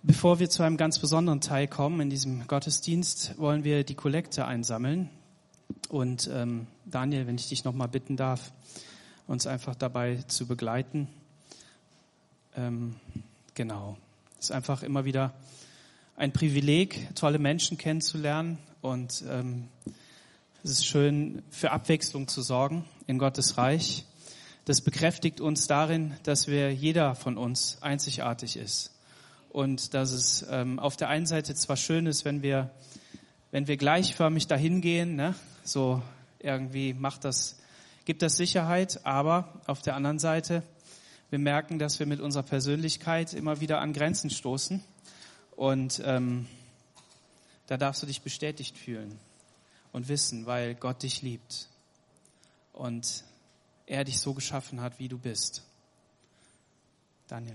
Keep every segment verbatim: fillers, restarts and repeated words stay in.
Bevor wir zu einem ganz besonderen Teil kommen in diesem Gottesdienst, wollen wir die Kollekte einsammeln. Und ähm, Daniel, wenn ich dich nochmal bitten darf, uns einfach dabei zu begleiten. Ähm, genau. Es ist einfach immer wieder ein Privileg, tolle Menschen kennenzulernen. Und ähm, es ist schön, für Abwechslung zu sorgen in Gottes Reich. Das bekräftigt uns darin, dass wir, jeder von uns einzigartig ist. Und dass es ähm, auf der einen Seite zwar schön ist, wenn wir, wenn wir gleichförmig dahin gehen, ne? So irgendwie macht das, gibt das Sicherheit, aber auf der anderen Seite, wir merken, dass wir mit unserer Persönlichkeit immer wieder an Grenzen stoßen. Und ähm, da darfst du dich bestätigt fühlen und wissen, weil Gott dich liebt und er dich so geschaffen hat, wie du bist. Daniel.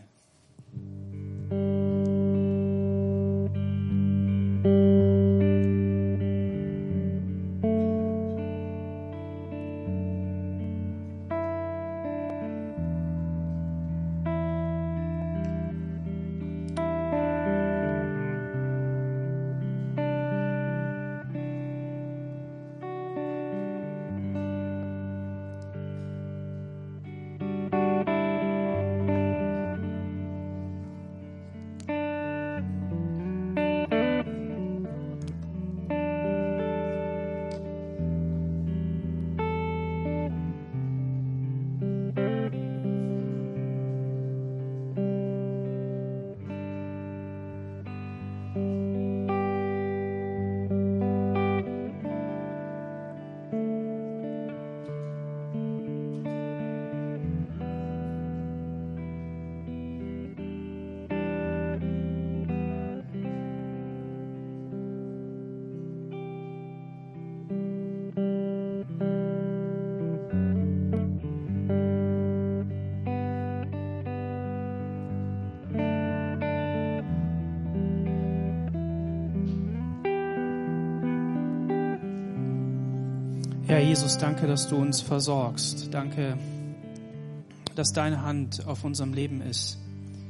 Herr Jesus, danke, dass du uns versorgst. Danke, dass deine Hand auf unserem Leben ist.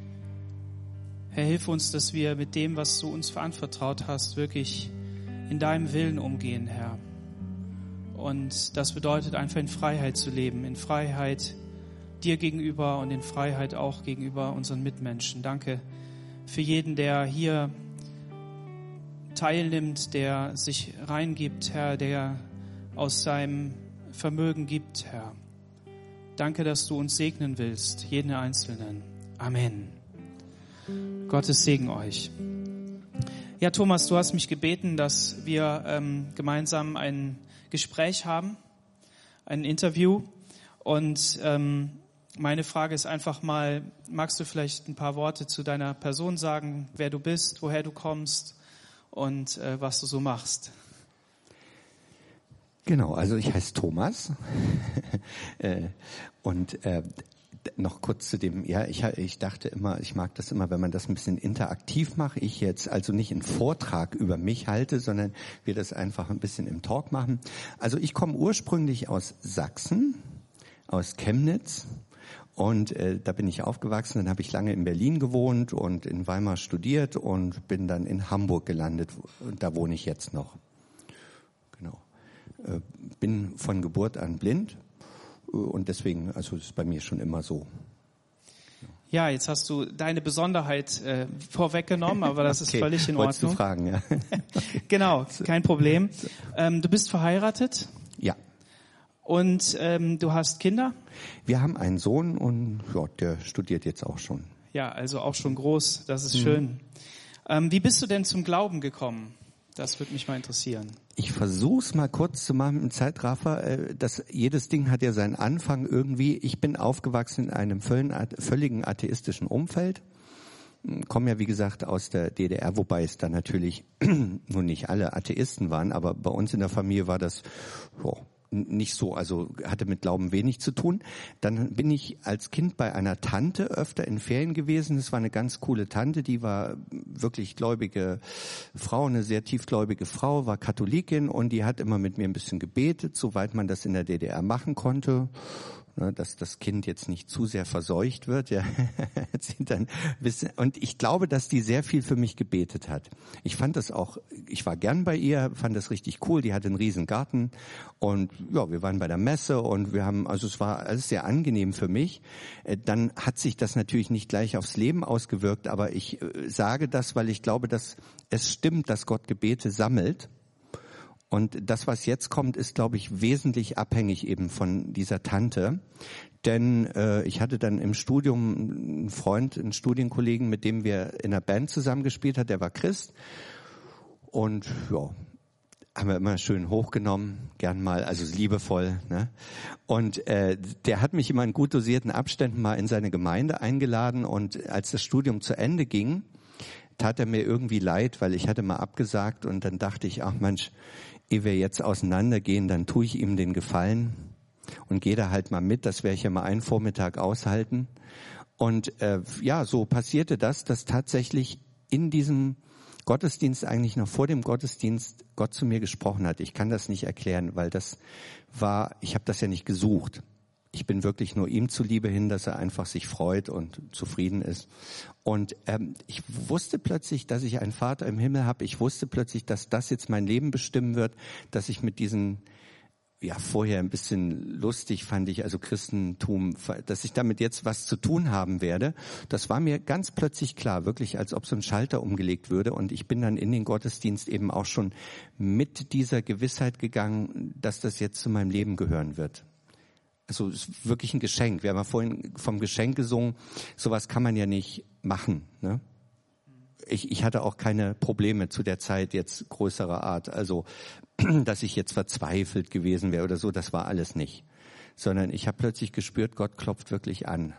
Herr, hilf uns, dass wir mit dem, was du uns verantwortet hast, wirklich in deinem Willen umgehen, Herr. Und das bedeutet einfach in Freiheit zu leben, in Freiheit dir gegenüber und in Freiheit auch gegenüber unseren Mitmenschen. Danke für jeden, der hier teilnimmt, der sich reingibt, Herr, der aus seinem Vermögen gibt, Herr. Danke, dass du uns segnen willst, jeden Einzelnen. Amen. Gottes Segen euch. Ja, Thomas, du hast mich gebeten, dass wir ähm, gemeinsam ein Gespräch haben, ein Interview. Und ähm, meine Frage ist einfach mal, magst du vielleicht ein paar Worte zu deiner Person sagen, wer du bist, woher du kommst und äh, was du so machst? Genau, also ich heiße Thomas und äh, noch kurz zu dem, ja, ich, ich dachte immer, ich mag das immer, wenn man das ein bisschen interaktiv macht. Ich jetzt also nicht einen Vortrag über mich halte, sondern wir das einfach ein bisschen im Talk machen. Also ich komme ursprünglich aus Sachsen, aus Chemnitz. Und äh, da bin ich aufgewachsen, dann habe ich lange in Berlin gewohnt und in Weimar studiert und bin dann in Hamburg gelandet. Und da wohne ich jetzt noch. Genau. Äh, bin von Geburt an blind äh, und deswegen, also ist bei mir schon immer so. Ja, jetzt hast du deine Besonderheit äh, vorweggenommen, aber das okay. ist völlig in Wolltest Ordnung. Du fragen, ja. Genau, kein Problem. Ähm, du bist verheiratet? Ja. Und ähm, du hast Kinder? Wir haben einen Sohn und ja, der studiert jetzt auch schon. Ja, also auch schon groß, das ist mhm. schön. Ähm, wie bist du denn zum Glauben gekommen? Das würde mich mal interessieren. Ich versuch's mal kurz zu machen im Zeitraffer. Das, jedes Ding hat ja seinen Anfang irgendwie. Ich bin aufgewachsen in einem völligen atheistischen Umfeld. Komme ja, wie gesagt, aus der D D R, wobei es da natürlich nun nicht alle Atheisten waren, aber bei uns in der Familie war das oh, nicht so, also hatte mit Glauben wenig zu tun. Dann bin ich als Kind bei einer Tante öfter in Ferien gewesen. Das war eine ganz coole Tante, die war wirklich gläubige Frau, eine sehr tiefgläubige Frau, war Katholikin und die hat immer mit mir ein bisschen gebetet, soweit man das in der D D R machen konnte. ne, dass das Kind jetzt nicht zu sehr verseucht wird. Ja. dann und ich glaube, dass die sehr viel für mich gebetet hat. Ich fand das auch, ich war gern bei ihr, fand das richtig cool. Die hatte einen riesen Garten und ja, wir waren bei der Messe und wir haben, also es war alles sehr angenehm für mich. Dann hat sich das natürlich nicht gleich aufs Leben ausgewirkt, aber ich sage das, weil ich glaube, dass es stimmt, dass Gott Gebete sammelt. Und das, was jetzt kommt, ist, glaube ich, wesentlich abhängig eben von dieser Tante. Denn äh, ich hatte dann im Studium einen Freund, einen Studienkollegen, mit dem wir in einer Band zusammengespielt haben, der war Christ. Und ja, haben wir immer schön hochgenommen, gern mal, also liebevoll. Ne? Und äh, der hat mich immer in gut dosierten Abständen mal in seine Gemeinde eingeladen. Und als das Studium zu Ende ging, tat er mir irgendwie leid, weil ich hatte mal abgesagt. Und dann dachte ich, ach Mensch, ehe wir jetzt auseinandergehen, dann tue ich ihm den Gefallen und gehe da halt mal mit. Das werde ich ja mal einen Vormittag aushalten. Und äh, ja, so passierte das, dass tatsächlich in diesem Gottesdienst, eigentlich noch vor dem Gottesdienst, Gott zu mir gesprochen hat. Ich kann das nicht erklären, weil das war, ich habe das ja nicht gesucht. Ich bin wirklich nur ihm zuliebe hin, dass er einfach sich freut und zufrieden ist. Und ähm, ich wusste plötzlich, dass ich einen Vater im Himmel habe. Ich wusste plötzlich, dass das jetzt mein Leben bestimmen wird, dass ich mit diesen, ja vorher ein bisschen lustig fand ich, also Christentum, dass ich damit jetzt was zu tun haben werde. Das war mir ganz plötzlich klar, wirklich als ob so ein Schalter umgelegt würde. Und ich bin dann in den Gottesdienst eben auch schon mit dieser Gewissheit gegangen, dass das jetzt zu meinem Leben gehören wird. Also es ist wirklich ein Geschenk. Wir haben ja vorhin vom Geschenk gesungen. Sowas kann man ja nicht machen. Ne? Ich, ich hatte auch keine Probleme zu der Zeit jetzt größerer Art. Also, dass ich jetzt verzweifelt gewesen wäre oder so, das war alles nicht. Sondern ich habe plötzlich gespürt, Gott klopft wirklich an.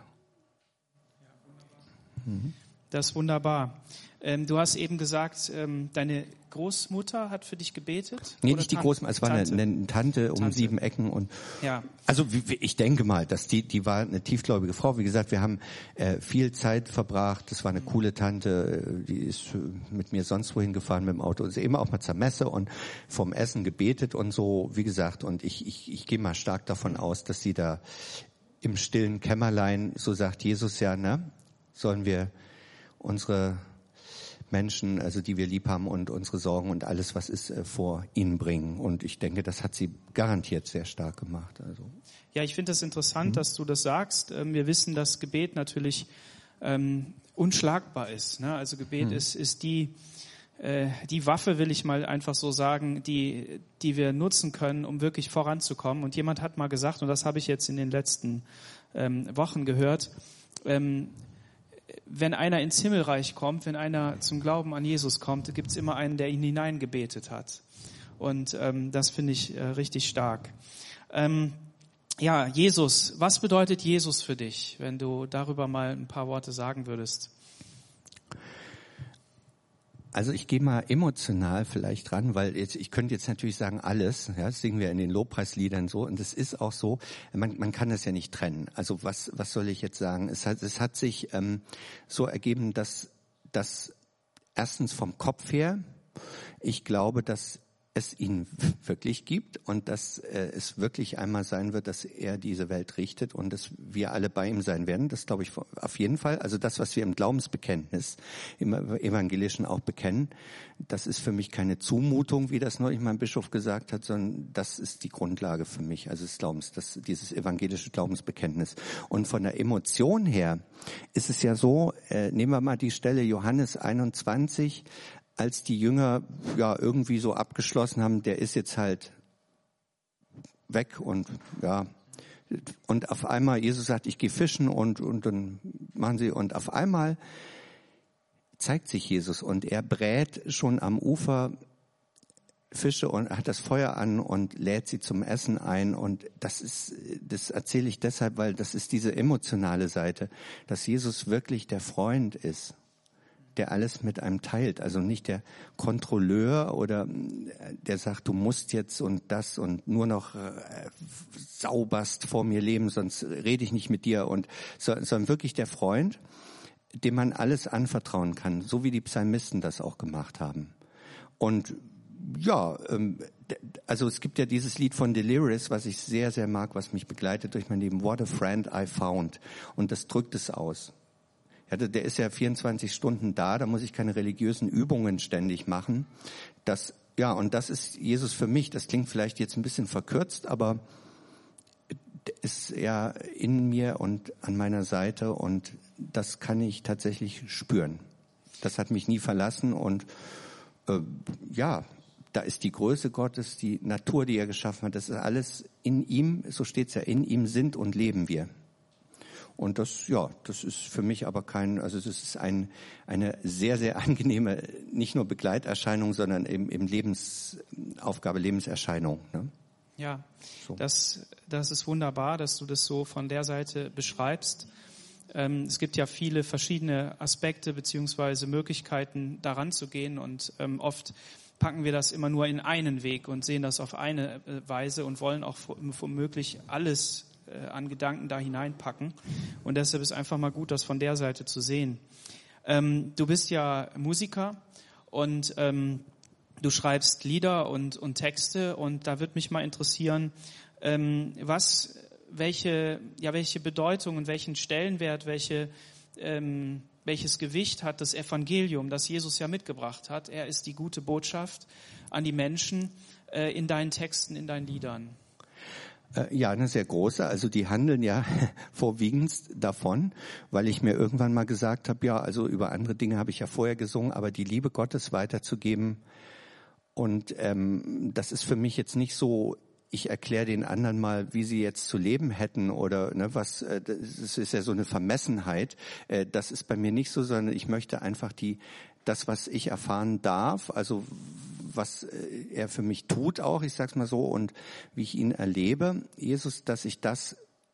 Mhm. Das ist wunderbar. Ähm, du hast eben gesagt, ähm, deine Großmutter hat für dich gebetet? Nee, nicht die Großmutter, es war Tante. Eine, eine Tante um Tante. sieben Ecken. Und ja. Also wie, ich denke mal, dass die, die war eine tiefgläubige Frau. Wie gesagt, wir haben äh, viel Zeit verbracht. Das war eine coole Tante, die ist mit mir sonst wohin gefahren mit dem Auto. Und sie immer auch mal zur Messe und vom Essen gebetet und so, wie gesagt. Und ich, ich, ich gehe mal stark davon aus, dass sie da im stillen Kämmerlein, so sagt Jesus ja, ne, sollen wir unsere Menschen, also die wir lieb haben und unsere Sorgen und alles, was ist, vor ihnen bringen. Und ich denke, das hat sie garantiert sehr stark gemacht. Also ja, ich finde das interessant, mhm. dass du das sagst. Wir wissen, dass Gebet natürlich ähm, unschlagbar ist. Ne? Also Gebet mhm. ist, ist die, äh, die Waffe, will ich mal einfach so sagen, die, die wir nutzen können, um wirklich voranzukommen. Und jemand hat mal gesagt, und das habe ich jetzt in den letzten ähm, Wochen gehört, ähm, wenn einer ins Himmelreich kommt, wenn einer zum Glauben an Jesus kommt, gibt es immer einen, der ihn hineingebetet hat. Und ähm, das finde ich äh, richtig stark. Ähm, ja, Jesus, was bedeutet Jesus für dich, wenn du darüber mal ein paar Worte sagen würdest? Also ich gehe mal emotional vielleicht ran, weil jetzt, ich könnte jetzt natürlich sagen alles, ja, das singen wir in den Lobpreisliedern so, und es ist auch so, man, man kann das ja nicht trennen. Also was, was soll ich jetzt sagen? Es hat, es hat sich ähm, so ergeben, dass, dass erstens vom Kopf her, ich glaube, dass es ihn wirklich gibt und dass äh, es wirklich einmal sein wird, dass er diese Welt richtet und dass wir alle bei ihm sein werden. Das glaube ich auf jeden Fall. Also das, was wir im Glaubensbekenntnis, im Evangelischen auch bekennen, das ist für mich keine Zumutung, wie das neulich mein Bischof gesagt hat, sondern das ist die Grundlage für mich, also des Glaubens, das, dieses evangelische Glaubensbekenntnis. Und von der Emotion her ist es ja so, äh, nehmen wir mal die Stelle Johannes einundzwanzig, als die Jünger ja irgendwie so abgeschlossen haben, der ist jetzt halt weg und ja, und auf einmal, Jesus sagt, ich gehe fischen und und dann machen sie, und auf einmal zeigt sich Jesus und er brät schon am Ufer Fische und hat das Feuer an und lädt sie zum Essen ein, und das ist, das erzähle ich deshalb, weil das ist diese emotionale Seite, dass Jesus wirklich der Freund ist, der alles mit einem teilt, also nicht der Kontrolleur oder der sagt, du musst jetzt und das und nur noch äh, sauberst vor mir leben, sonst rede ich nicht mit dir, und so, sondern wirklich der Freund, dem man alles anvertrauen kann, so wie die Psalmisten das auch gemacht haben. Und ja, ähm, also es gibt ja dieses Lied von Delirious, was ich sehr, sehr mag, was mich begleitet durch mein Leben. What a friend I found. Und das drückt es aus. Ja, der ist ja vierundzwanzig Stunden da, da muss ich keine religiösen Übungen ständig machen. Das, ja, und das ist Jesus für mich. Das klingt vielleicht jetzt ein bisschen verkürzt, aber ist ja in mir und an meiner Seite und das kann ich tatsächlich spüren. Das hat mich nie verlassen und äh, ja, da ist die Größe Gottes, die Natur, die er geschaffen hat, das ist alles in ihm, so steht es ja, in ihm sind und leben wir. Und das, ja, das ist für mich aber kein, also das ist ein, eine sehr, sehr angenehme, nicht nur Begleiterscheinung, sondern eben, eben Lebensaufgabe, Lebenserscheinung. Ne? Ja, so. das, das ist wunderbar, dass du das so von der Seite beschreibst. Ähm, es gibt ja viele verschiedene Aspekte beziehungsweise Möglichkeiten, daran zu gehen und ähm, oft packen wir das immer nur in einen Weg und sehen das auf eine äh, Weise und wollen auch womöglich alles an Gedanken da hineinpacken. Und deshalb ist einfach mal gut, das von der Seite zu sehen. Ähm, du bist ja Musiker und ähm, du schreibst Lieder und, und Texte und da würde mich mal interessieren, ähm, was, welche, ja, welche Bedeutung und welchen Stellenwert, welche, ähm, welches Gewicht hat das Evangelium, das Jesus ja mitgebracht hat. Er ist die gute Botschaft an die Menschen äh, in deinen Texten, in deinen Liedern. Ja, eine sehr große. Also die handeln ja vorwiegend davon, weil ich mir irgendwann mal gesagt habe, ja, also über andere Dinge habe ich ja vorher gesungen, aber die Liebe Gottes weiterzugeben. Und ähm, das ist für mich jetzt nicht so, ich erkläre den anderen mal, wie sie jetzt zu leben hätten oder ne, was. Äh, das ist ja so eine Vermessenheit. Äh, das ist bei mir nicht so, sondern ich möchte einfach die, das, was ich erfahren darf, also was er für mich tut auch, ich sag's mal so, und wie ich ihn erlebe, Jesus, dass ich das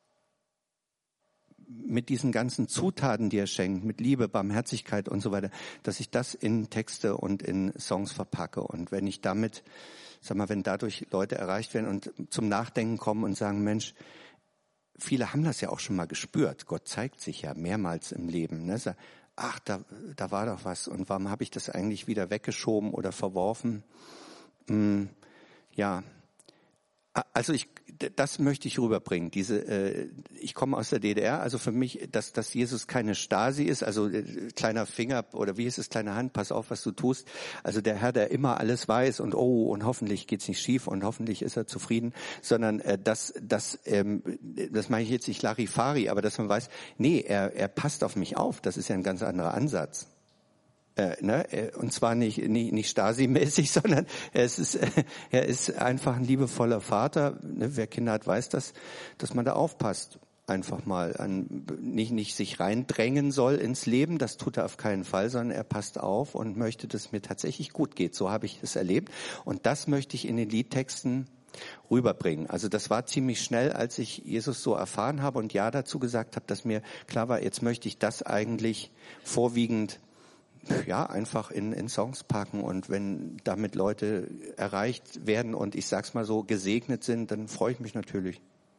mit diesen ganzen Zutaten, die er schenkt, mit Liebe, Barmherzigkeit und so weiter, dass ich das in Texte und in Songs verpacke. Und wenn ich damit, sag mal, wenn dadurch Leute erreicht werden und zum Nachdenken kommen und sagen, Mensch, viele haben das ja auch schon mal gespürt. Gott zeigt sich ja mehrmals im Leben, ne? Ach, da, da war doch was und warum habe ich das eigentlich wieder weggeschoben oder verworfen? Hm, ja, also ich, das möchte ich rüberbringen. Diese, äh, ich komme aus der D D R, also für mich, dass, dass Jesus keine Stasi ist, also äh, kleiner Finger oder wie ist es, kleine Hand, pass auf, was du tust. Also der Herr, der immer alles weiß und oh und hoffentlich geht's nicht schief und hoffentlich ist er zufrieden, sondern äh, das, das, ähm, das meine ich jetzt nicht Larifari, aber dass man weiß, nee, er, er passt auf mich auf. Das ist ja ein ganz anderer Ansatz. Äh, ne? Und zwar nicht nicht, nicht Stasi-mäßig, sondern er ist, er ist einfach ein liebevoller Vater. Ne? Wer Kinder hat, weiß das, dass man da aufpasst. Einfach mal an, nicht nicht sich reindrängen soll ins Leben, das tut er auf keinen Fall, sondern er passt auf und möchte, dass es mir tatsächlich gut geht. So habe ich es erlebt und das möchte ich in den Liedtexten rüberbringen. Also das war ziemlich schnell, als ich Jesus so erfahren habe und ja dazu gesagt habe, dass mir klar war, jetzt möchte ich das eigentlich vorwiegend ja, einfach in, in Songs packen und wenn damit Leute erreicht werden und ich sag's mal so, gesegnet sind, dann freue ich mich natürlich.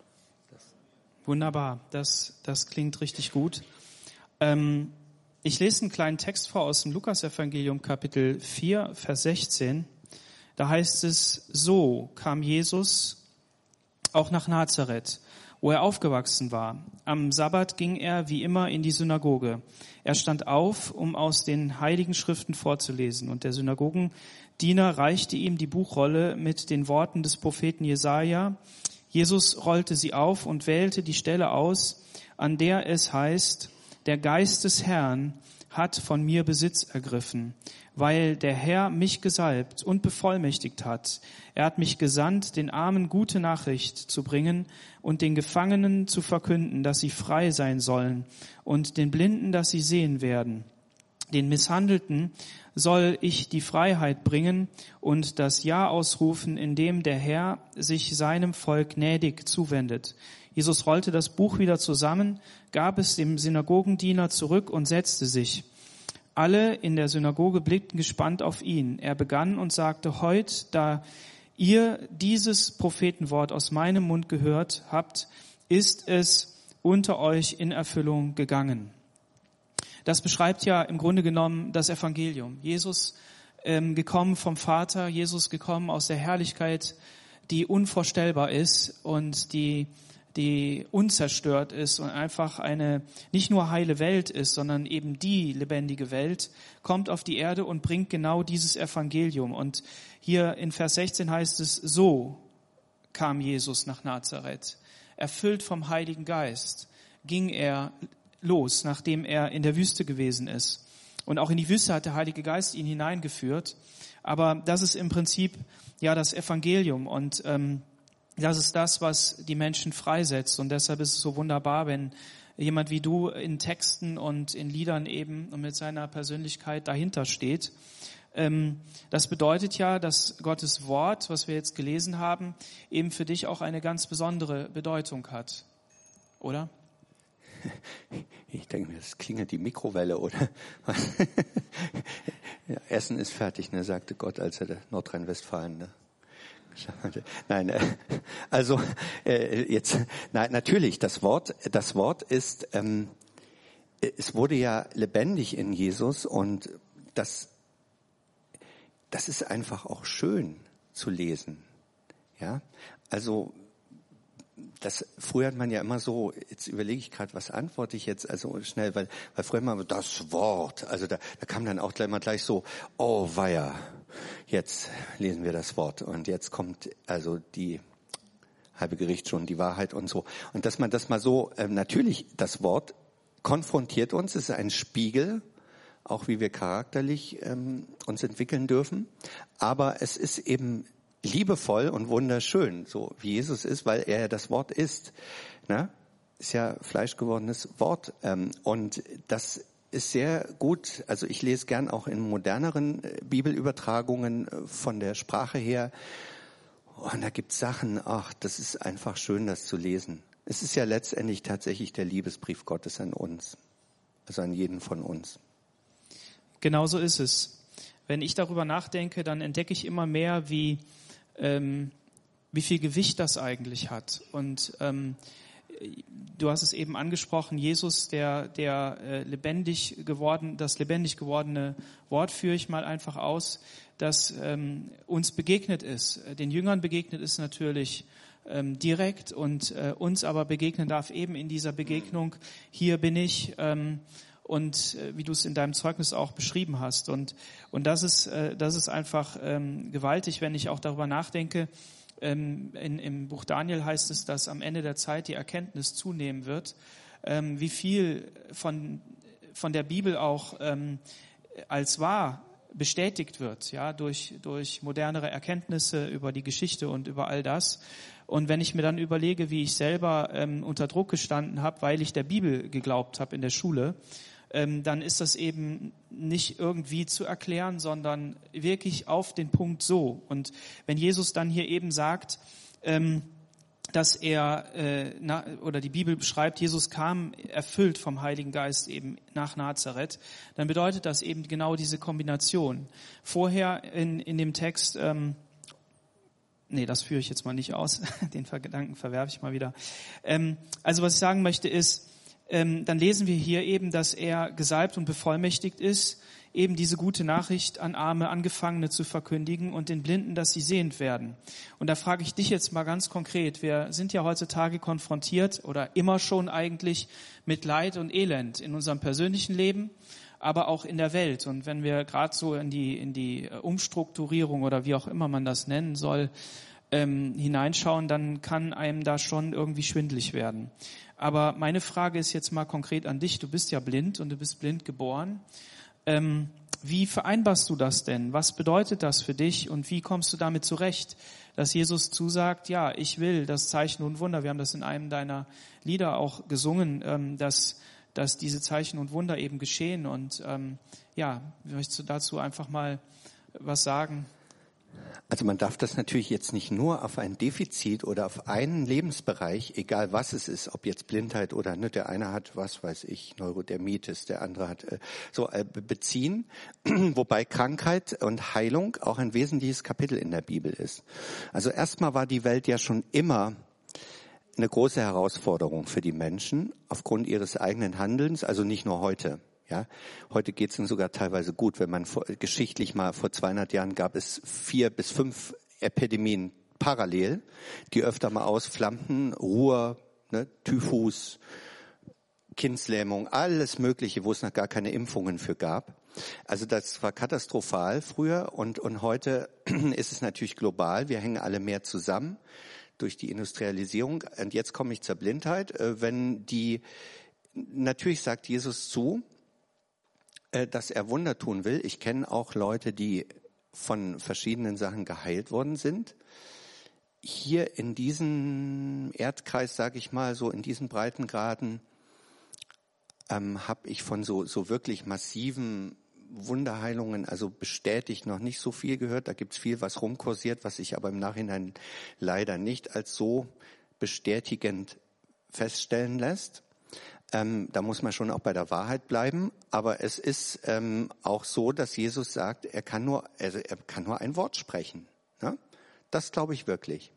Wunderbar, das, das klingt richtig gut. Ähm, ich lese einen kleinen Text vor aus dem Lukas-Evangelium, Kapitel vier, Vers sechzehn. Da heißt es, so kam Jesus auch nach Nazareth, wo er aufgewachsen war. Am Sabbat ging er wie immer in die Synagoge. Er stand auf, um aus den Heiligen Schriften vorzulesen. Und der Synagogendiener reichte ihm die Buchrolle mit den Worten des Propheten Jesaja. Jesus rollte sie auf und wählte die Stelle aus, an der es heißt, der Geist des Herrn hat von mir Besitz ergriffen, weil der Herr mich gesalbt und bevollmächtigt hat. Er hat mich gesandt, den Armen gute Nachricht zu bringen und den Gefangenen zu verkünden, dass sie frei sein sollen und den Blinden, dass sie sehen werden. Den Misshandelten soll ich die Freiheit bringen und das Ja ausrufen, indem der Herr sich seinem Volk gnädig zuwendet. Jesus rollte das Buch wieder zusammen, gab es dem Synagogendiener zurück und setzte sich. Alle in der Synagoge blickten gespannt auf ihn. Er begann und sagte, heut, da ihr dieses Prophetenwort aus meinem Mund gehört habt, ist es unter euch in Erfüllung gegangen. Das beschreibt ja im Grunde genommen das Evangelium. Jesus ähm, gekommen vom Vater, Jesus gekommen aus der Herrlichkeit, die unvorstellbar ist und die die unzerstört ist und einfach eine nicht nur heile Welt ist, sondern eben die lebendige Welt, kommt auf die Erde und bringt genau dieses Evangelium. Und hier in Vers sechzehn heißt es, so kam Jesus nach Nazareth. Erfüllt vom Heiligen Geist ging er los, nachdem er in der Wüste gewesen ist. Und auch in die Wüste hat der Heilige Geist ihn hineingeführt. Aber das ist im Prinzip ja das Evangelium und ähm, das ist das, was die Menschen freisetzt. Und deshalb ist es so wunderbar, wenn jemand wie du in Texten und in Liedern eben und mit seiner Persönlichkeit dahinter steht. Das bedeutet ja, dass Gottes Wort, was wir jetzt gelesen haben, eben für dich auch eine ganz besondere Bedeutung hat. Oder? Ich denke mir, das klingelt die Mikrowelle, oder? Ja, Essen ist fertig, ne, sagte Gott, als er Nordrhein-Westfalen, ne? Nein, also äh, jetzt, nein, natürlich, das Wort, das Wort ist, ähm, es wurde ja lebendig in Jesus und das, das ist einfach auch schön zu lesen, ja. Also das früher hat man ja immer so, jetzt überlege ich gerade, was antworte ich jetzt, also schnell, weil, weil früher mal das Wort, also da, da kam dann auch gleich mal gleich so, oh weia, jetzt lesen wir das Wort und jetzt kommt also die halbe Gericht schon, die Wahrheit und so. Und dass man das mal so, äh, natürlich, das Wort konfrontiert uns, es ist ein Spiegel, auch wie wir charakterlich ähm, uns entwickeln dürfen, aber es ist eben liebevoll und wunderschön, so wie Jesus ist, weil er ja das Wort ist. Ne? Ist ja fleischgewordenes Wort. Ähm, und das ist sehr gut. Also ich lese gern auch in moderneren Bibelübertragungen von der Sprache her. Und da gibt's Sachen, ach, das ist einfach schön, das zu lesen. Es ist ja letztendlich tatsächlich der Liebesbrief Gottes an uns. Also an jeden von uns. Genau so ist es. Wenn ich darüber nachdenke, dann entdecke ich immer mehr, wie Ähm, wie viel Gewicht das eigentlich hat. Und ähm, du hast es eben angesprochen, Jesus, der, der äh, lebendig geworden, das lebendig gewordene Wort führe ich mal einfach aus, das ähm, uns begegnet ist. Den Jüngern begegnet ist natürlich ähm, direkt und äh, uns aber begegnen darf eben in dieser Begegnung, hier bin ich, ähm, und äh, wie du es in deinem Zeugnis auch beschrieben hast. Und und das ist äh, das ist einfach ähm, gewaltig, wenn ich auch darüber nachdenke. Ähm, in, im Buch Daniel heißt es, dass am Ende der Zeit die Erkenntnis zunehmen wird, ähm, wie viel von von der Bibel auch ähm, als wahr bestätigt wird, ja, durch durch modernere Erkenntnisse über die Geschichte und über all das. Und wenn ich mir dann überlege, wie ich selber ähm, unter Druck gestanden habe, weil ich der Bibel geglaubt habe in der Schule, ähm, dann ist das eben nicht irgendwie zu erklären, sondern wirklich auf den Punkt so. Und wenn Jesus dann hier eben sagt, ähm, dass er, äh, na, oder die Bibel beschreibt, Jesus kam erfüllt vom Heiligen Geist eben nach Nazareth, dann bedeutet das eben genau diese Kombination. Vorher in, in dem Text, ähm, nee, das führe ich jetzt mal nicht aus, den Gedanken verwerfe ich mal wieder. Ähm, also was ich sagen möchte ist, ähm, dann lesen wir hier eben, dass er gesalbt und bevollmächtigt ist, eben diese gute Nachricht an Arme, an Gefangene zu verkündigen und den Blinden, dass sie sehend werden. Und da frage ich dich jetzt mal ganz konkret, wir sind ja heutzutage konfrontiert oder immer schon eigentlich mit Leid und Elend in unserem persönlichen Leben, aber auch in der Welt. Und wenn wir gerade so in die in die Umstrukturierung oder wie auch immer man das nennen soll, ähm, hineinschauen, dann kann einem da schon irgendwie schwindelig werden. Aber meine Frage ist jetzt mal konkret an dich. Du bist ja blind und du bist blind geboren. Ähm, wie vereinbarst du das denn? Was bedeutet das für dich und wie kommst du damit zurecht, dass Jesus zusagt, ja, ich will das Zeichen und Wunder. Wir haben das in einem deiner Lieder auch gesungen, ähm, dass dass diese Zeichen und Wunder eben geschehen. Und ähm, ja, möchtest du dazu einfach mal was sagen? Also man darf das natürlich jetzt nicht nur auf ein Defizit oder auf einen Lebensbereich, egal was es ist, ob jetzt Blindheit oder nicht, der eine hat, was weiß ich, Neurodermitis, der andere hat äh, so äh, beziehen, wobei Krankheit und Heilung auch ein wesentliches Kapitel in der Bibel ist. Also erstmal war die Welt ja schon immer eine große Herausforderung für die Menschen aufgrund ihres eigenen Handelns, also nicht nur heute. Ja, heute geht es ihnen sogar teilweise gut. Wenn man vor, geschichtlich mal vor zweihundert Jahren gab es vier bis fünf Epidemien parallel, die öfter mal ausflammten, Ruhr, ne, Typhus, Kindslähmung, alles Mögliche, wo es noch gar keine Impfungen für gab. Also das war katastrophal früher und, und heute ist es natürlich global. Wir hängen alle mehr zusammen durch die Industrialisierung. Und jetzt komme ich zur Blindheit. Wenn die, natürlich sagt Jesus zu, dass er Wunder tun will. Ich kenne auch Leute, die von verschiedenen Sachen geheilt worden sind. Hier in diesem Erdkreis, sage ich mal, so in diesen Breitengraden, ähm, habe ich von so, so wirklich massiven Wunderheilungen, also bestätigt, noch nicht so viel gehört. Da gibt's viel, was rumkursiert, was sich aber im Nachhinein leider nicht als so bestätigend feststellen lässt. Ähm, da muss man schon auch bei der Wahrheit bleiben. Aber es ist ähm, auch so, dass Jesus sagt, er kann nur, also er kann nur ein Wort sprechen. Ne? Das glaube ich wirklich.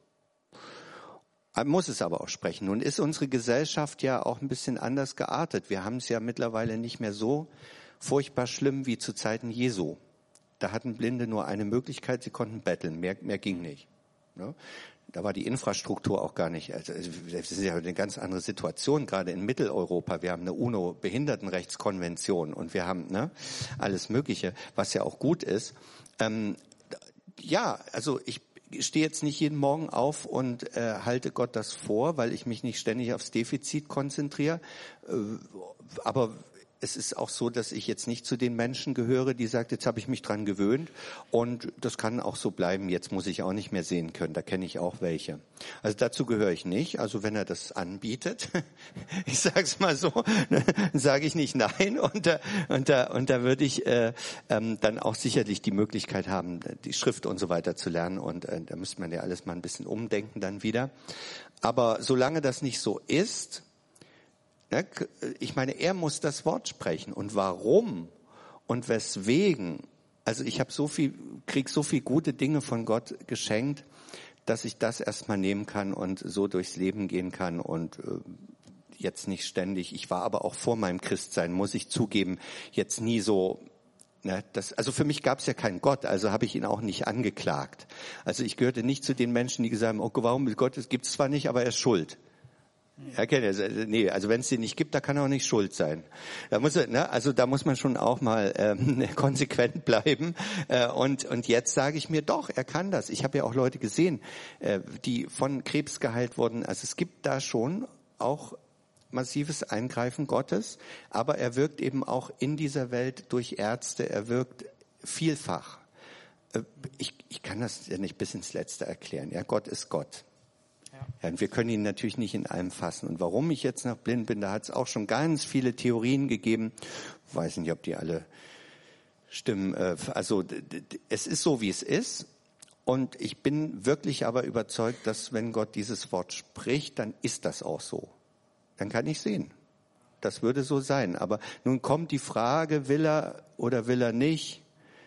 Er muss es aber auch sprechen. Nun ist unsere Gesellschaft ja auch ein bisschen anders geartet. Wir haben es ja mittlerweile nicht mehr so furchtbar schlimm wie zu Zeiten Jesu. Da hatten Blinde nur eine Möglichkeit, sie konnten betteln, mehr, mehr ging nicht. Ne? Da war die Infrastruktur auch gar nicht, also das ist ja eine ganz andere Situation, gerade in Mitteleuropa. Wir haben eine UNO-Behindertenrechtskonvention und wir haben ne, alles Mögliche, was ja auch gut ist. Ähm, ja, also ich stehe jetzt nicht jeden Morgen auf und äh, halte Gott das vor, weil ich mich nicht ständig aufs Defizit konzentriere. Äh, aber es ist auch so, dass ich jetzt nicht zu den Menschen gehöre, die sagt, jetzt habe ich mich dran gewöhnt und das kann auch so bleiben, jetzt muss ich auch nicht mehr sehen können, da kenne ich auch welche. Also dazu gehöre ich nicht, also wenn er das anbietet, ich sage es mal so, sage ich nicht nein und da, und da, und da würde ich äh, ähm, dann auch sicherlich die Möglichkeit haben, die Schrift und so weiter zu lernen und äh, da müsste man ja alles mal ein bisschen umdenken dann wieder. Aber solange das nicht so ist, ich meine, er muss das Wort sprechen. Und warum und weswegen? Also ich habe so viel, krieg so viel gute Dinge von Gott geschenkt, dass ich das erstmal nehmen kann und so durchs Leben gehen kann und äh, jetzt nicht ständig. Ich war aber auch vor meinem Christsein, muss ich zugeben, jetzt nie so. Ne, das, also für mich gab es ja keinen Gott, also habe ich ihn auch nicht angeklagt. Also ich gehörte nicht zu den Menschen, die gesagt haben, oh, warum Gott gibt es zwar nicht, aber er ist schuld. Erkenne, also, nee, also wenn es den nicht gibt, da kann er auch nicht schuld sein. Da muss er, ne, also da muss man schon auch mal ähm, konsequent bleiben. Äh, und und jetzt sage ich mir doch, er kann das. Ich habe ja auch Leute gesehen, äh, die von Krebs geheilt wurden. Also es gibt da schon auch massives Eingreifen Gottes, aber er wirkt eben auch in dieser Welt durch Ärzte. Er wirkt vielfach. Äh, ich ich kann das ja nicht bis ins Letzte erklären. Ja, Gott ist Gott. Ja, und wir können ihn natürlich nicht in allem fassen. Und warum ich jetzt noch blind bin, da hat es auch schon ganz viele Theorien gegeben. Ich weiß nicht, ob die alle stimmen. Also es ist so, wie es ist. Und ich bin wirklich aber überzeugt, dass wenn Gott dieses Wort spricht, dann ist das auch so. Dann kann ich sehen. Das würde so sein. Aber nun kommt die Frage, will er oder will er nicht?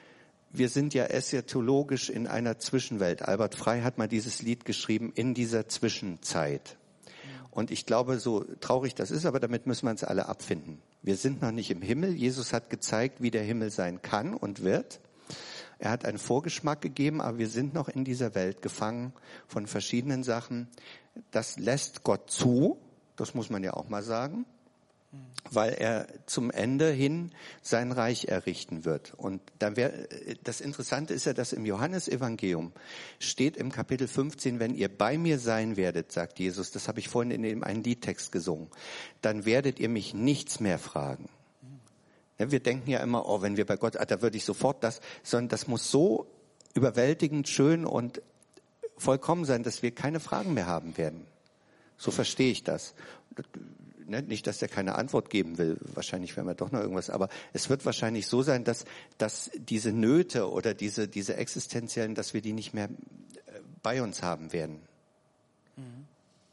Wir sind ja eschatologisch in einer Zwischenwelt. Albert Frey hat mal dieses Lied geschrieben, in dieser Zwischenzeit. Und ich glaube, so traurig das ist, aber damit müssen wir uns alle abfinden. Wir sind noch nicht im Himmel. Jesus hat gezeigt, wie der Himmel sein kann und wird. Er hat einen Vorgeschmack gegeben, aber wir sind noch in dieser Welt gefangen von verschiedenen Sachen. Das lässt Gott zu, das muss man ja auch mal sagen, weil er zum Ende hin sein Reich errichten wird. Und dann wär, das Interessante ist ja, dass im Johannesevangelium steht im Kapitel fünfzehn, wenn ihr bei mir sein werdet, sagt Jesus, das habe ich vorhin in dem einen Liedtext gesungen, dann werdet ihr mich nichts mehr fragen. Ja, wir denken ja immer, oh, wenn wir bei Gott, ah, da würde ich sofort das, sondern das muss so überwältigend schön und vollkommen sein, dass wir keine Fragen mehr haben werden. So verstehe ich das. Nicht, dass er keine Antwort geben will, wahrscheinlich werden wir doch noch irgendwas, aber es wird wahrscheinlich so sein, dass, dass diese Nöte oder diese, diese existenziellen, dass wir die nicht mehr bei uns haben werden. Mhm.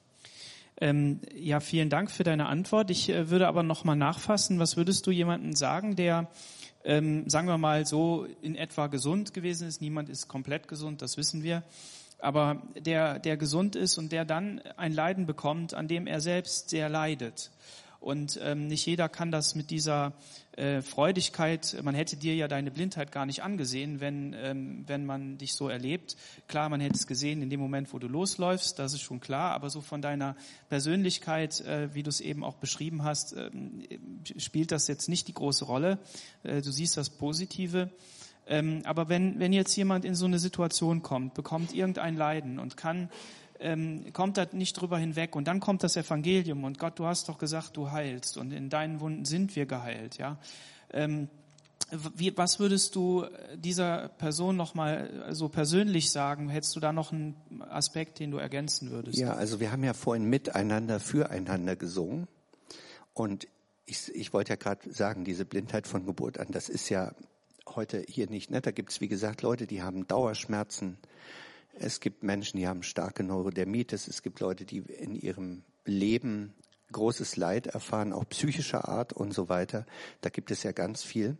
Ähm, ja, vielen Dank für deine Antwort. Ich äh, würde aber noch mal nachfassen, was würdest du jemandem sagen, der, ähm, sagen wir mal, so in etwa gesund gewesen ist, niemand ist komplett gesund, das wissen wir, aber der, der gesund ist und der dann ein Leiden bekommt, an dem er selbst sehr leidet. Und ähm, nicht jeder kann das mit dieser äh, Freudigkeit, man hätte dir ja deine Blindheit gar nicht angesehen, wenn, ähm, wenn man dich so erlebt. Klar, man hätte es gesehen in dem Moment, wo du losläufst, das ist schon klar, aber so von deiner Persönlichkeit, äh, wie du es eben auch beschrieben hast, äh, spielt das jetzt nicht die große Rolle. Äh, du siehst das Positive. Ähm, aber wenn, wenn jetzt jemand in so eine Situation kommt, bekommt irgendein Leiden und kann Ähm, kommt da nicht drüber hinweg und dann kommt das Evangelium und Gott, du hast doch gesagt, du heilst und in deinen Wunden sind wir geheilt, ja. Ähm, wie, was würdest du dieser Person nochmal so persönlich sagen? Hättest du da noch einen Aspekt, den du ergänzen würdest? Ja, also wir haben ja vorhin miteinander, füreinander gesungen und ich, ich wollte ja gerade sagen, diese Blindheit von Geburt an, das ist ja heute hier nicht, ne? Da gibt es, wie gesagt, Leute, die haben Dauerschmerzen. Es gibt Menschen, die haben starke Neurodermitis. Es gibt Leute, die in ihrem Leben großes Leid erfahren, auch psychischer Art und so weiter. Da gibt es ja ganz viel.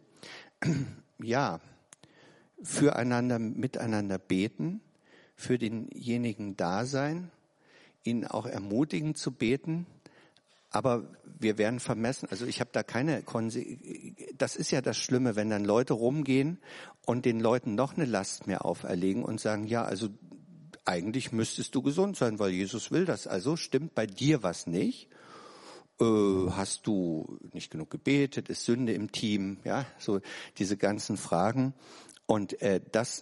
Ja, füreinander, miteinander beten, für denjenigen da sein, ihn auch ermutigen zu beten. Aber wir werden vermessen. Also ich habe da keine Konse- Das ist ja das Schlimme, wenn dann Leute rumgehen und den Leuten noch eine Last mehr auferlegen und sagen, ja, also eigentlich müsstest du gesund sein, weil Jesus will das. Also stimmt bei dir was nicht? Äh, hast du nicht genug gebetet? Ist Sünde im Team? Ja, so diese ganzen Fragen. Und äh, das,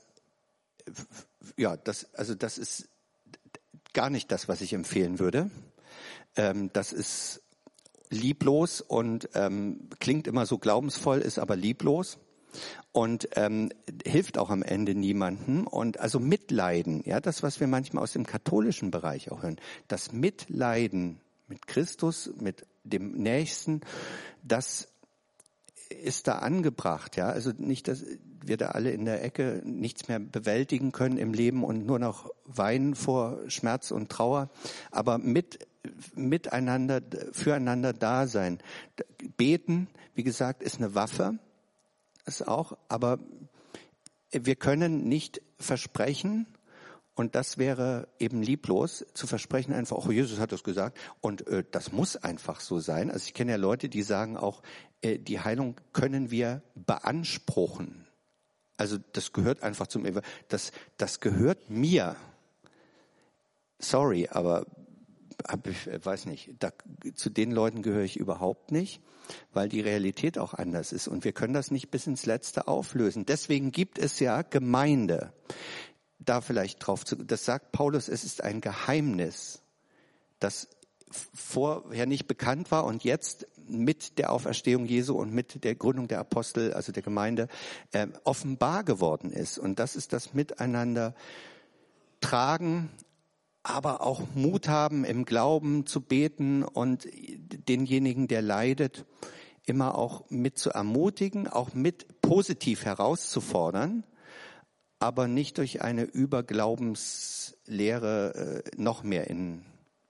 ja, das, also das ist gar nicht das, was ich empfehlen würde. Ähm, das ist lieblos und ähm, klingt immer so glaubensvoll, ist aber lieblos. Und ähm, hilft auch am Ende niemandem. Und also Mitleiden, ja, das, was wir manchmal aus dem katholischen Bereich auch hören, das Mitleiden mit Christus, mit dem Nächsten, das ist da angebracht, ja. Also nicht, dass wir da alle in der Ecke nichts mehr bewältigen können im Leben und nur noch weinen vor Schmerz und Trauer, aber mit miteinander, füreinander da sein. Beten, wie gesagt, ist eine Waffe. Ist auch, aber wir können nicht versprechen, und das wäre eben lieblos, zu versprechen einfach, oh, Jesus hat das gesagt, und äh, das muss einfach so sein. Also ich kenne ja Leute, die sagen auch, äh, die Heilung können wir beanspruchen. Also das gehört einfach zum, das, das gehört mir. Sorry, aber hab ich, weiß nicht, da, zu den Leuten gehöre ich überhaupt nicht, weil die Realität auch anders ist und wir können das nicht bis ins Letzte auflösen. Deswegen gibt es ja Gemeinde. Da vielleicht drauf zu, das sagt Paulus, es ist ein Geheimnis, das vorher nicht bekannt war und jetzt mit der Auferstehung Jesu und mit der Gründung der Apostel, also der Gemeinde, äh, offenbar geworden ist. Und das ist das Miteinander tragen, aber auch Mut haben, im Glauben zu beten und denjenigen, der leidet, immer auch mit zu ermutigen, auch mit positiv herauszufordern, aber nicht durch eine Überglaubenslehre äh, noch mehr in,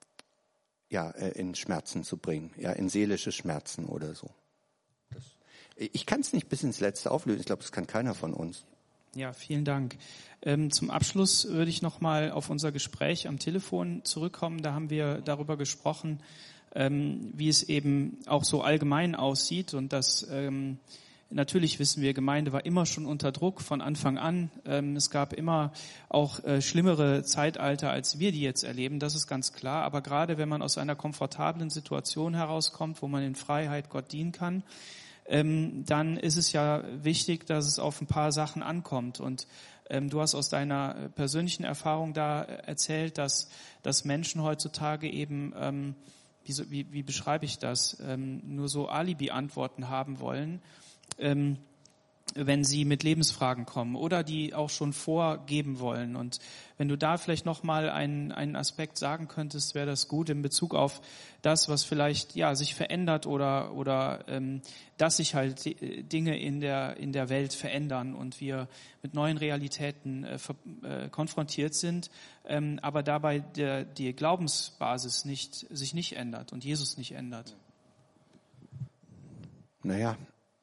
ja, äh, in Schmerzen zu bringen, ja, in seelische Schmerzen oder so. Das, ich kann es nicht bis ins Letzte auflösen, ich glaube, das kann keiner von uns. Ja, vielen Dank. Ähm, zum Abschluss würde ich noch mal auf unser Gespräch am Telefon zurückkommen. Da haben wir darüber gesprochen, ähm, wie es eben auch so allgemein aussieht. Und das, ähm, natürlich wissen wir, Gemeinde war immer schon unter Druck von Anfang an. Ähm, es gab immer auch äh, schlimmere Zeitalter, als wir die jetzt erleben. Das ist ganz klar. Aber gerade wenn man aus einer komfortablen Situation herauskommt, wo man in Freiheit Gott dienen kann, Ähm, dann ist es ja wichtig, dass es auf ein paar Sachen ankommt. Und ähm, du hast aus deiner persönlichen Erfahrung da erzählt, dass, dass Menschen heutzutage eben, ähm, wie, so, wie, wie beschreibe ich das, ähm, nur so Alibi-Antworten haben wollen, ähm, wenn sie mit Lebensfragen kommen oder die auch schon vorgeben wollen. Und wenn du da vielleicht nochmal einen, einen Aspekt sagen könntest, wäre das gut in Bezug auf das, was vielleicht ja sich verändert oder oder ähm, dass sich halt Dinge in der in der Welt verändern und wir mit neuen Realitäten äh, äh, konfrontiert sind, ähm, aber dabei der, die Glaubensbasis nicht sich nicht ändert und Jesus nicht ändert. Naja,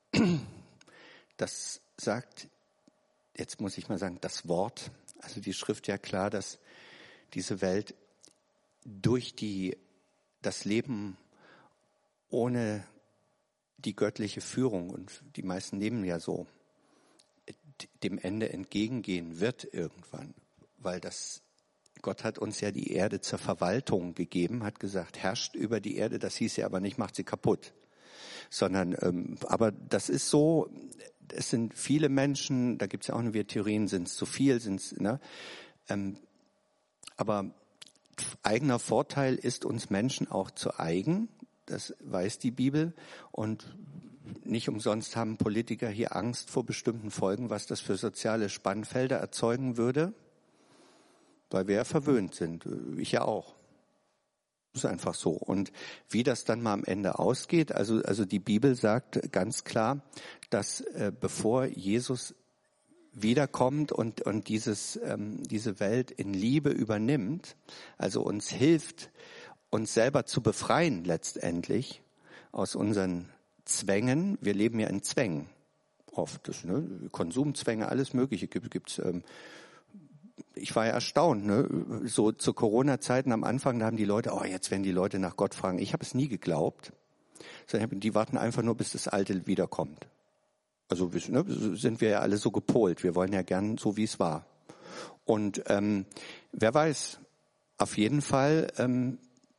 das sagt, jetzt muss ich mal sagen, das Wort, also die Schrift ja klar, dass diese Welt durch die, das Leben ohne die göttliche Führung, und die meisten leben ja so, dem Ende entgegengehen wird irgendwann, weil das Gott hat uns ja die Erde zur Verwaltung gegeben, hat gesagt, herrscht über die Erde, das hieß ja aber nicht, macht sie kaputt, sondern, ähm, aber das ist so, es sind viele Menschen, da gibt es ja auch eine Theorien, sind es zu viel, sind es, ne, ähm, aber eigener Vorteil ist uns Menschen auch zu eigen, das weiß die Bibel, und nicht umsonst haben Politiker hier Angst vor bestimmten Folgen, was das für soziale Spannfelder erzeugen würde, weil wir ja verwöhnt sind, ich ja auch. Das ist einfach so. Und wie das dann mal am Ende ausgeht, also also die Bibel sagt ganz klar, dass äh, bevor Jesus wiederkommt und und dieses ähm, diese Welt in Liebe übernimmt, also uns hilft, uns selber zu befreien letztendlich aus unseren Zwängen. Wir leben ja in Zwängen oft, das, ne? Konsumzwänge, alles Mögliche gibt gibt's. Ähm, Ich war ja erstaunt, ne? So zu Corona-Zeiten am Anfang, da haben die Leute, oh, jetzt werden die Leute nach Gott fragen. Ich habe es nie geglaubt, sondern die warten einfach nur, bis das Alte wiederkommt. Also ne, sind wir ja alle so gepolt. Wir wollen ja gern so, wie es war. Und ähm, wer weiß, auf jeden Fall, ähm,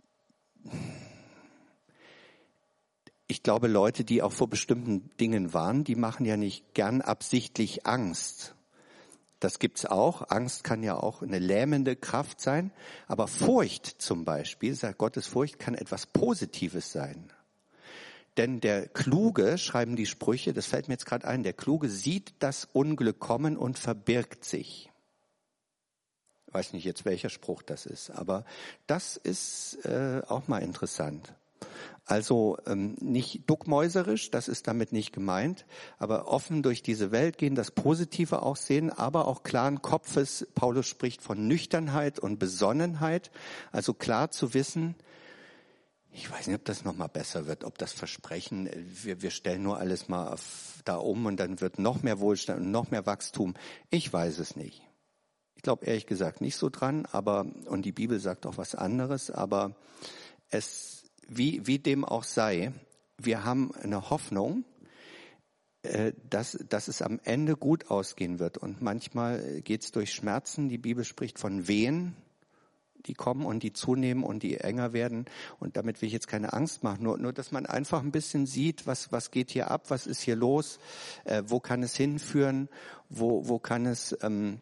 ich glaube, Leute, die auch vor bestimmten Dingen warnen, die machen ja nicht gern absichtlich Angst. Das gibt's auch. Angst kann ja auch eine lähmende Kraft sein. Aber Furcht zum Beispiel, sagt Gottes Furcht, kann etwas Positives sein. Denn der Kluge, schreiben die Sprüche, das fällt mir jetzt gerade ein, der Kluge sieht das Unglück kommen und verbirgt sich. Ich weiß nicht jetzt, welcher Spruch das ist, aber das ist äh, auch mal interessant. Also ähm, nicht duckmäuserisch, das ist damit nicht gemeint, aber offen durch diese Welt gehen, das Positive auch sehen, aber auch klaren Kopfes. Paulus spricht von Nüchternheit und Besonnenheit, also klar zu wissen, ich weiß nicht, ob das nochmal besser wird, ob das Versprechen, wir, wir stellen nur alles mal auf, da um und dann wird noch mehr Wohlstand und noch mehr Wachstum. Ich weiß es nicht. Ich glaube ehrlich gesagt nicht so dran, aber, und die Bibel sagt auch was anderes, aber es Wie, wie dem auch sei, wir haben eine Hoffnung, äh, dass, dass es am Ende gut ausgehen wird. Und manchmal geht es durch Schmerzen. Die Bibel spricht von Wehen, die kommen und die zunehmen und die enger werden. Und damit will ich jetzt keine Angst machen. Nur, nur dass man einfach ein bisschen sieht, was, was geht hier ab, was ist hier los, äh, wo kann es hinführen, wo, wo kann es... Ähm,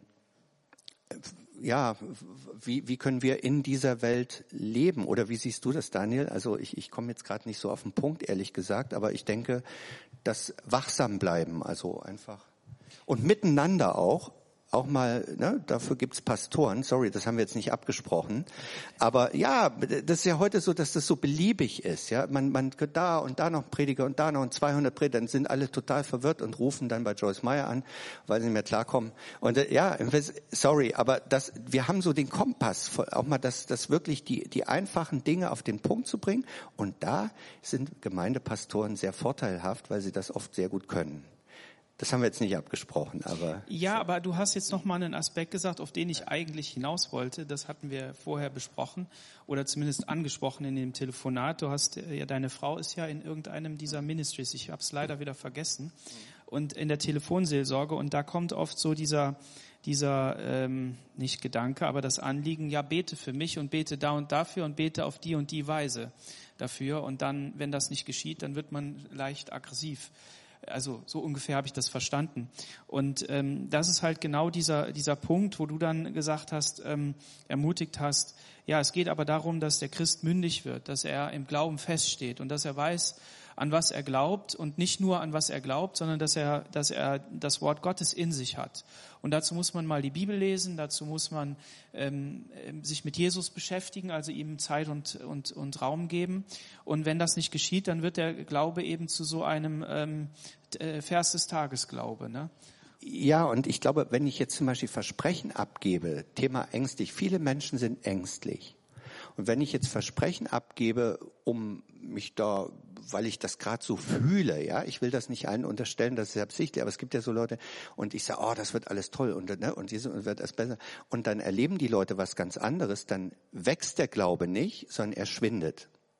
Ja, wie, wie können wir in dieser Welt leben? Oder wie siehst du das, Daniel? Also ich, ich komme jetzt gerade nicht so auf den Punkt, ehrlich gesagt, aber ich denke, das wachsam bleiben, also einfach. Und miteinander auch, auch mal, ne, dafür gibt's Pastoren, sorry, das haben wir jetzt nicht abgesprochen, aber ja, das ist ja heute so, dass das so beliebig ist, ja, man, man da und da noch ein Prediger und da noch ein zweihundert Prediger, dann sind alle total verwirrt und rufen dann bei Joyce Meyer an, weil sie nicht mehr klarkommen und äh, ja, sorry, aber das, wir haben so den Kompass, auch mal das, das wirklich die, die einfachen Dinge auf den Punkt zu bringen, und da sind Gemeindepastoren sehr vorteilhaft, weil sie das oft sehr gut können. Das haben wir jetzt nicht abgesprochen, aber... Ja, aber du hast jetzt noch mal einen Aspekt gesagt, auf den ich eigentlich hinaus wollte. Das hatten wir vorher besprochen oder zumindest angesprochen in dem Telefonat. Du hast, ja, deine Frau ist ja in irgendeinem dieser Ministries. Ich habe es leider wieder vergessen. Und in der Telefonseelsorge, und da kommt oft so dieser, dieser ähm, nicht Gedanke, aber das Anliegen, ja, bete für mich und bete da und dafür und bete auf die und die Weise dafür. Und dann, wenn das nicht geschieht, dann wird man leicht aggressiv. Also so ungefähr habe ich das verstanden. Und ähm, das ist halt genau dieser dieser Punkt, wo du dann gesagt hast, ähm, ermutigt hast, ja, es geht aber darum, dass der Christ mündig wird, dass er im Glauben feststeht und dass er weiß, an was er glaubt, und nicht nur an was er glaubt, sondern dass er dass er das Wort Gottes in sich hat. Und dazu muss man mal die Bibel lesen, dazu muss man ähm, sich mit Jesus beschäftigen, also ihm Zeit und und und Raum geben. Und wenn das nicht geschieht, dann wird der Glaube eben zu so einem ähm, Vers des Tages Glaube, ne? Ja, und ich glaube, wenn ich jetzt zum Beispiel Versprechen abgebe, Thema ängstlich, viele Menschen sind ängstlich. Und wenn ich jetzt Versprechen abgebe, um mich da, weil ich das gerade so fühle, ja, ich will das nicht allen unterstellen, das ist absichtlich, aber es gibt ja so Leute, und ich sage, oh, das wird alles toll und ne, und diese wird es besser, und dann erleben die Leute was ganz anderes, dann wächst der Glaube nicht, sondern er schwindet.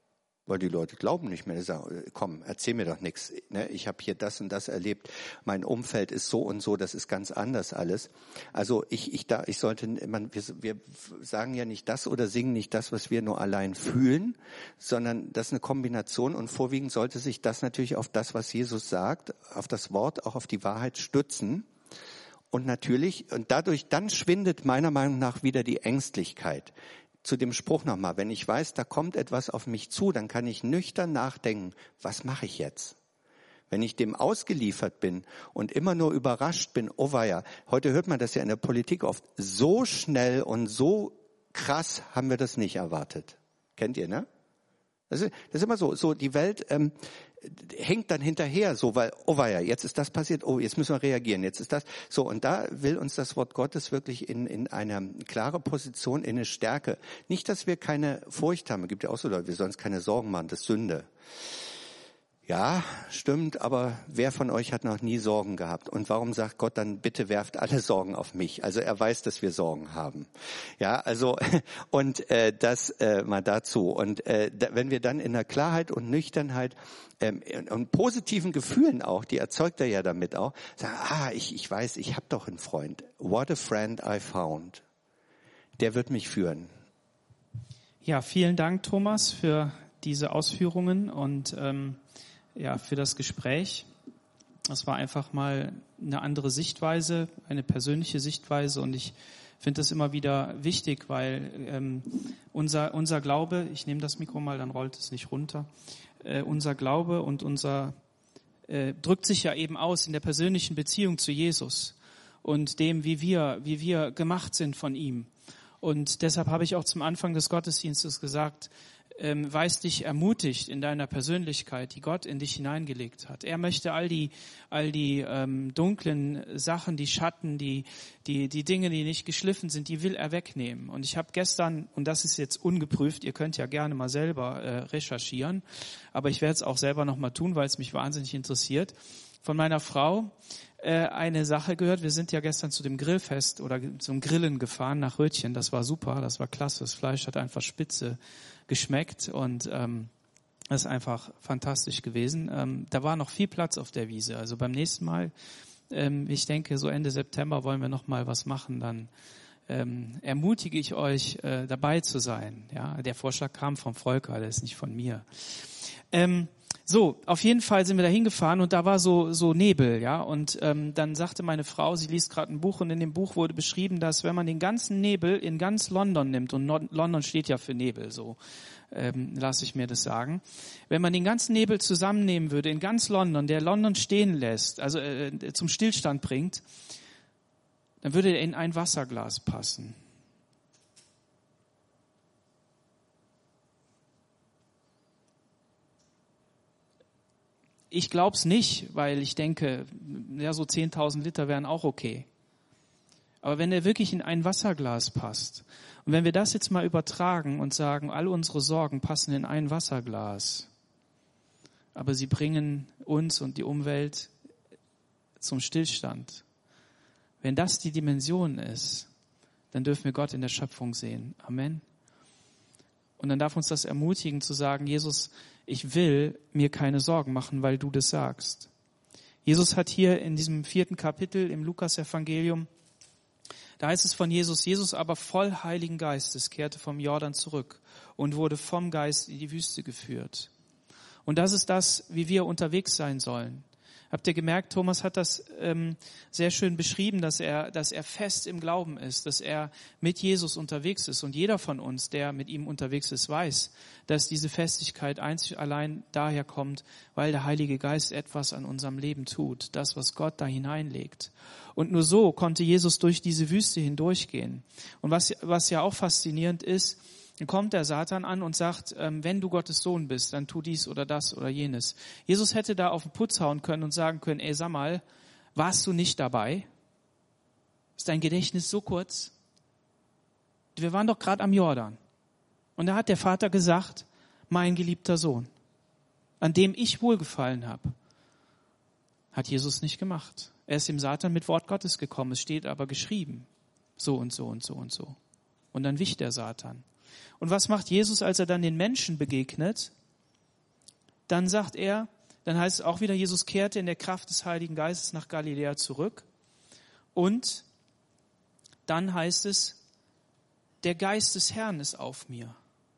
Weil die Leute glauben nicht mehr. Die sagen, komm, erzähl mir doch nichts. Ne? Ich habe hier das und das erlebt. Mein Umfeld ist so und so. Das ist ganz anders alles. Also ich, ich da, ich sollte, man, wir, wir sagen ja nicht das oder singen nicht das, was wir nur allein fühlen, sondern das ist eine Kombination. Und vorwiegend sollte sich das natürlich auf das, was Jesus sagt, auf das Wort, auch auf die Wahrheit stützen. Und natürlich, und dadurch, dann schwindet meiner Meinung nach wieder die Ängstlichkeit. Zu dem Spruch nochmal, wenn ich weiß, da kommt etwas auf mich zu, dann kann ich nüchtern nachdenken, was mache ich jetzt? Wenn ich dem ausgeliefert bin und immer nur überrascht bin, oh weia, heute hört man das ja in der Politik oft, so schnell und so krass haben wir das nicht erwartet. Kennt ihr, ne? Das ist, das ist immer so, so die Welt ähm, hängt dann hinterher, so weil, oh weia, jetzt ist das passiert, oh, jetzt müssen wir reagieren, jetzt ist das, so und da will uns das Wort Gottes wirklich in in eine klare Position, in eine Stärke. Nicht, dass wir keine Furcht haben, es gibt ja auch so Leute, wir sollen uns keine Sorgen machen, das ist Sünde. Ja, stimmt, aber wer von euch hat noch nie Sorgen gehabt? Und warum sagt Gott dann, bitte werft alle Sorgen auf mich? Also er weiß, dass wir Sorgen haben. Ja, also und äh, das äh, mal dazu. Und äh, da, wenn wir dann in der Klarheit und Nüchternheit ähm, und positiven Gefühlen auch, die erzeugt er ja damit auch, sagen, ah, ich, ich weiß, ich habe doch einen Freund. What a friend I found. Der wird mich führen. Ja, vielen Dank, Thomas, für diese Ausführungen und ähm, ja, für das Gespräch. Das war einfach mal eine andere Sichtweise, eine persönliche Sichtweise und ich finde das immer wieder wichtig, weil ähm, unser unser Glaube, ich nehme das Mikro mal, dann rollt es nicht runter, äh, unser Glaube und unser äh, drückt sich ja eben aus in der persönlichen Beziehung zu Jesus und dem, wie wir wie wir gemacht sind von ihm. Und deshalb habe ich auch zum Anfang des Gottesdienstes gesagt, Ähm, weiß dich ermutigt in deiner Persönlichkeit, die Gott in dich hineingelegt hat. Er möchte all die, all die ähm, dunklen Sachen, die Schatten, die, die, die Dinge, die nicht geschliffen sind, die will er wegnehmen. Und ich habe gestern, und das ist jetzt ungeprüft, ihr könnt ja gerne mal selber äh, recherchieren, aber ich werde es auch selber nochmal tun, weil es mich wahnsinnig interessiert, von meiner Frau äh, eine Sache gehört. Wir sind ja gestern zu dem Grillfest oder zum Grillen gefahren nach Rötchen. Das war super, das war klasse. Das Fleisch hat einfach spitze geschmeckt und ähm, das ist einfach fantastisch gewesen. Ähm, da war noch viel Platz auf der Wiese. Also beim nächsten Mal, ähm, ich denke, so Ende September wollen wir noch mal was machen. Dann ähm, ermutige ich euch, äh, dabei zu sein. Ja, der Vorschlag kam vom Volker, der ist nicht von mir. Ähm, So, auf jeden Fall sind wir da hingefahren und da war so so Nebel, ja. Und ähm, dann sagte meine Frau, sie liest gerade ein Buch und in dem Buch wurde beschrieben, dass wenn man den ganzen Nebel in ganz London nimmt, und Nord- London steht ja für Nebel, so ähm, lasse ich mir das sagen, wenn man den ganzen Nebel zusammennehmen würde in ganz London, der London stehen lässt, also äh, zum Stillstand bringt, dann würde er in ein Wasserglas passen. Ich glaube es nicht, weil ich denke, ja, so zehntausend Liter wären auch okay. Aber wenn er wirklich in ein Wasserglas passt, und wenn wir das jetzt mal übertragen und sagen, all unsere Sorgen passen in ein Wasserglas, aber sie bringen uns und die Umwelt zum Stillstand. Wenn das die Dimension ist, dann dürfen wir Gott in der Schöpfung sehen. Amen. Und dann darf uns das ermutigen zu sagen, Jesus, ich will mir keine Sorgen machen, weil du das sagst. Jesus hat hier in diesem vierten Kapitel im Lukas-Evangelium, da heißt es von Jesus, Jesus aber voll Heiligen Geistes kehrte vom Jordan zurück und wurde vom Geist in die Wüste geführt. Und das ist das, wie wir unterwegs sein sollen. Habt ihr gemerkt, Thomas hat das ähm, sehr schön beschrieben, dass er, dass er fest im Glauben ist, dass er mit Jesus unterwegs ist. Und jeder von uns, der mit ihm unterwegs ist, weiß, dass diese Festigkeit einzig allein daher kommt, weil der Heilige Geist etwas an unserem Leben tut, das, was Gott da hineinlegt. Und nur so konnte Jesus durch diese Wüste hindurchgehen. Und was, was ja auch faszinierend ist, dann kommt der Satan an und sagt, ähm, wenn du Gottes Sohn bist, dann tu dies oder das oder jenes. Jesus hätte da auf den Putz hauen können und sagen können, ey, sag mal, warst du nicht dabei? Ist dein Gedächtnis so kurz? Wir waren doch gerade am Jordan. Und da hat der Vater gesagt, mein geliebter Sohn, an dem ich wohlgefallen habe. Hat Jesus nicht gemacht. Er ist dem Satan mit Wort Gottes gekommen. Es steht aber geschrieben. So und so und so und so. Und dann wich der Satan. Und was macht Jesus, als er dann den Menschen begegnet? dann sagt er, dann heißt es auch wieder, Jesus kehrte in der Kraft des Heiligen Geistes nach Galiläa zurück. Und dann heißt es, der Geist des Herrn ist auf mir,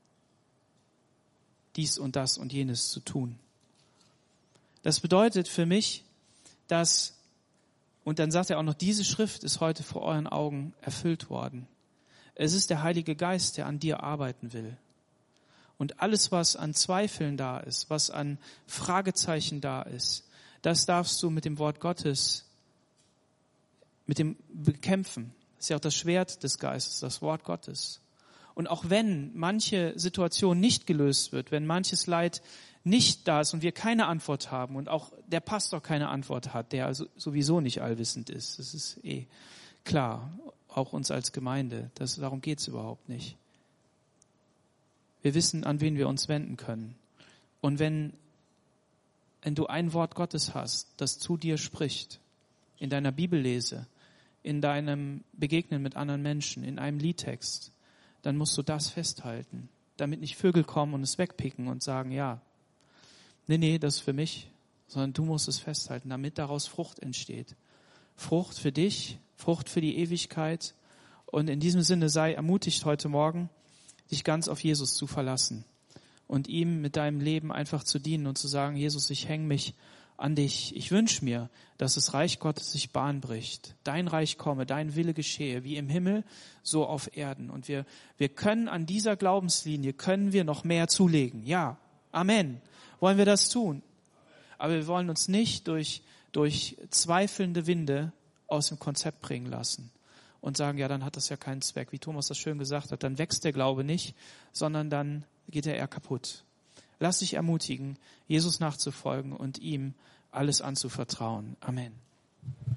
dies und das und jenes zu tun. Das bedeutet für mich, dass, und dann sagt er auch noch, diese Schrift ist heute vor euren Augen erfüllt worden. Es ist der Heilige Geist, der an dir arbeiten will. Und alles, was an Zweifeln da ist, was an Fragezeichen da ist, das darfst du mit dem Wort Gottes, mit dem bekämpfen. Das ist ja auch das Schwert des Geistes, das Wort Gottes. Und auch wenn manche Situation nicht gelöst wird, wenn manches Leid nicht da ist und wir keine Antwort haben und auch der Pastor keine Antwort hat, der also sowieso nicht allwissend ist, das ist eh klar, auch uns als Gemeinde, das, darum geht es überhaupt nicht. Wir wissen, an wen wir uns wenden können. Und wenn, wenn du ein Wort Gottes hast, das zu dir spricht, in deiner Bibellese, in deinem Begegnen mit anderen Menschen, in einem Liedtext, dann musst du das festhalten, damit nicht Vögel kommen und es wegpicken und sagen, ja, nee, nee, das ist für mich, sondern du musst es festhalten, damit daraus Frucht entsteht. Frucht für dich, Frucht für die Ewigkeit. Und in diesem Sinne sei ermutigt heute Morgen, dich ganz auf Jesus zu verlassen und ihm mit deinem Leben einfach zu dienen und zu sagen, Jesus, ich hänge mich an dich. Ich wünsche mir, dass das Reich Gottes sich Bahn bricht. Dein Reich komme, dein Wille geschehe, wie im Himmel, so auf Erden. Und wir, wir können an dieser Glaubenslinie, können wir noch mehr zulegen. Ja, Amen. Wollen wir das tun? Aber wir wollen uns nicht durch, durch zweifelnde Winde aus dem Konzept bringen lassen und sagen, ja, dann hat das ja keinen Zweck. Wie Thomas das schön gesagt hat, dann wächst der Glaube nicht, sondern dann geht er eher kaputt. Lass dich ermutigen, Jesus nachzufolgen und ihm alles anzuvertrauen. Amen.